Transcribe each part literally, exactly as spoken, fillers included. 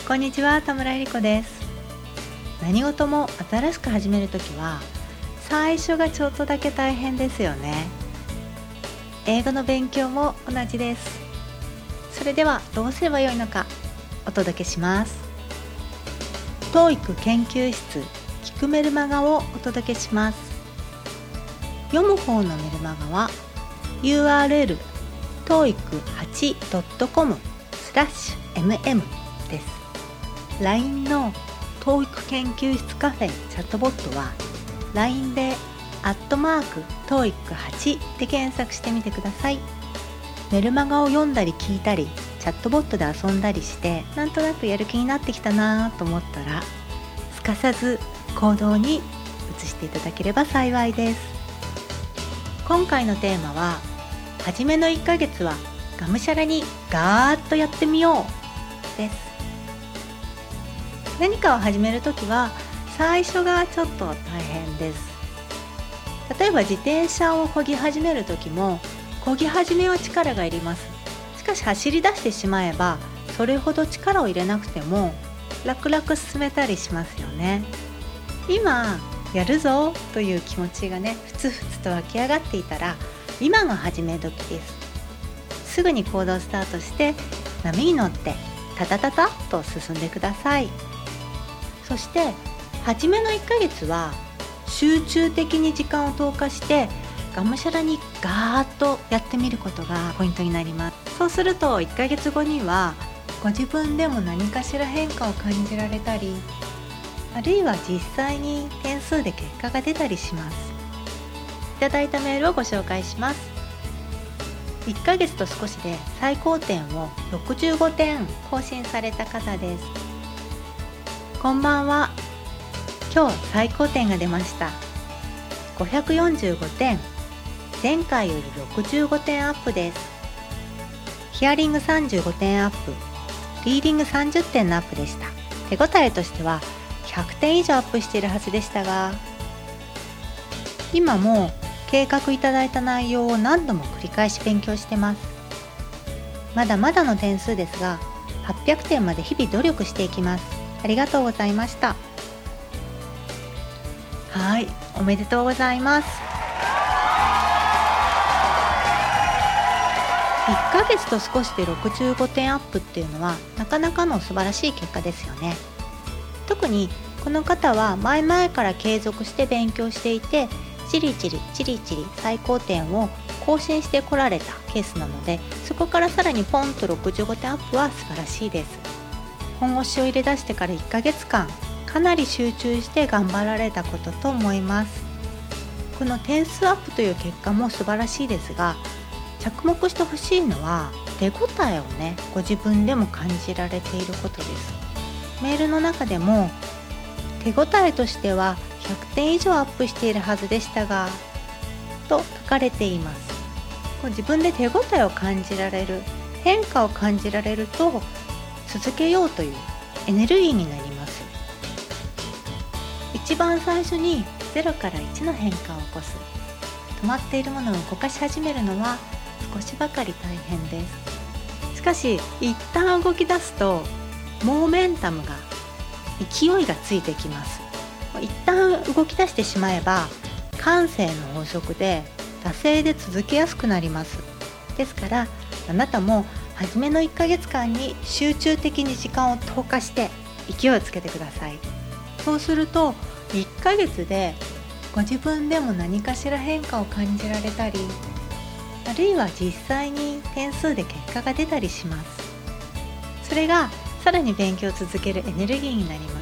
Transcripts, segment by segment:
こんにちは、田村えり子です。何事も新しく始めるときは最初がちょっとだけ大変ですよね。英語の勉強も同じです。それではどうすればよいのかお届けします。 トーイック 研究室聞くメルマガをお届けします。読む方のメルマガは ユーアールエル トーイックはちドットコム スラッシュ エムエム です。 ライン の トーイック 研究室カフェチャットボットは ライン でアットマーク トーイックはち で検索してみてください。メルマガを読んだり聞いたりチャットボットで遊んだりしてなんとなくやる気になってきたなと思ったらすかさず行動に移していただければ幸いです。今回のテーマは初めのいっかげつはがむしゃらにガーッとやってみようです。何かを始めるときは最初がちょっと大変です。例えば自転車を漕ぎ始めるときも漕ぎ始めは力がいります。しかし走り出してしまえばそれほど力を入れなくても楽々進めたりしますよね。今やるぞという気持ちがねふつふつと湧き上がっていたら今が始め時です。すぐに行動スタートして波に乗ってタタタタッと進んでください。そして初めのいっかげつは集中的に時間を投下してがむしゃらにガーッとやってみることがポイントになります。そうするといっかげつごにはご自分でも何かしら変化を感じられたり、あるいは実際に点数で結果が出たりします。いただいたメールをご紹介します。いっかげつと少しで最高点をろくじゅうごてん更新された方です。こんばんは。今日最高点が出ました。ごひゃくよんじゅうごてん、前回よりろくじゅうごてんアップです。ヒアリングさんじゅうごてんアップ、リーディングさんじゅってんのアップでした。手応えとしてはひゃくてん以上アップしているはずでしたが、今も計画いただいた内容を何度も繰り返し勉強してます。まだまだの点数ですがはっぴゃくてんまで日々努力していきます。ありがとうございました。はい、おめでとうございます。いっかげつと少しでろくじゅうごてんアップっていうのはなかなかの素晴らしい結果ですよね。特にこの方は前々から継続して勉強していてチリチリチリチリ最高点を更新してこられたケースなので、そこからさらにポンとろくじゅうごてんアップは素晴らしいです。本腰を入れ出してからいっかげつかんかなり集中して頑張られたことと思います。この点数アップという結果も素晴らしいですが、着目してほしいのは手応えをねご自分でも感じられていることです。メールの中でも手応えとしてはひゃくてん以上アップしているはずでしたがと書かれています。こう自分で手応えを感じられる、変化を感じられると続けようというエネルギーになります。一番最初にゼロからいちの変化を起こす、止まっているものを動かし始めるのは少しばかり大変です。しかし一旦動き出すとモーメンタムが勢いがついてきます。一旦動き出してしまえば慣性の法則で惰性で続けやすくなります。ですからあなたも初めのいっかげつかんに集中的に時間を投下して勢いをつけてください。そうするといっかげつでご自分でも何かしら変化を感じられたり、あるいは実際に点数で結果が出たりします。それがさらに勉強を続けるエネルギーになります。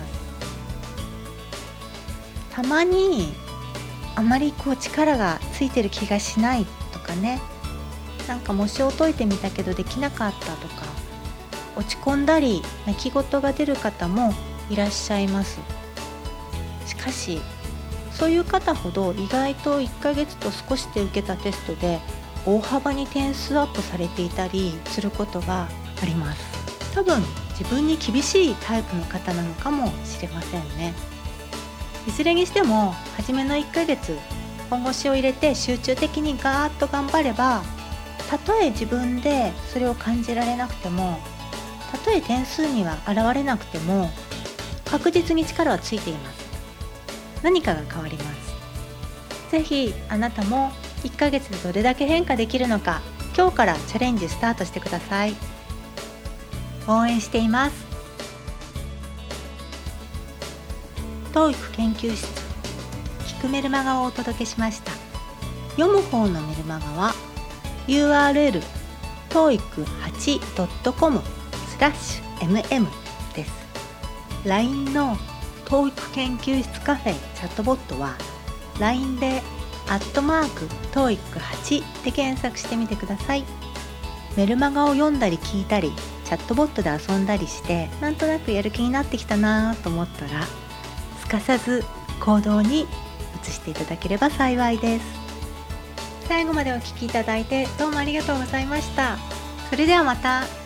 たまにあまりこう力がついてる気がしないとかね、なんか模試を解いてみたけどできなかったとか落ち込んだり泣き言が出る方もいらっしゃいます。しかしそういう方ほど意外といっかげつと少しで受けたテストで大幅に点数アップされていたりすることがあります。多分自分に厳しいタイプの方なのかもしれませんね。いずれにしても初めのいっかげつ本腰を入れて集中的にガーッと頑張れば、たとえ自分でそれを感じられなくてもたとえ点数には現れなくても確実に力はついています。何かが変わります。ぜひあなたもいっかげつでどれだけ変化できるのか、今日からチャレンジスタートしてください。応援しています。 トーイック 研究室聞くメルマガをお届けしました。読む方のメルマガは ユーアールエル トーイックはち ドットコム スラッシュ エムエム です。 ライン の トーイック 研究室カフェチャットボットは ライン でアットマーク トーイックはち で検索してみてください。メルマガを読んだり聞いたりチャットボットで遊んだりして、なんとなくやる気になってきたなと思ったら、すかさず行動に移していただければ幸いです。最後までお聞きいただいてどうもありがとうございました。それではまた。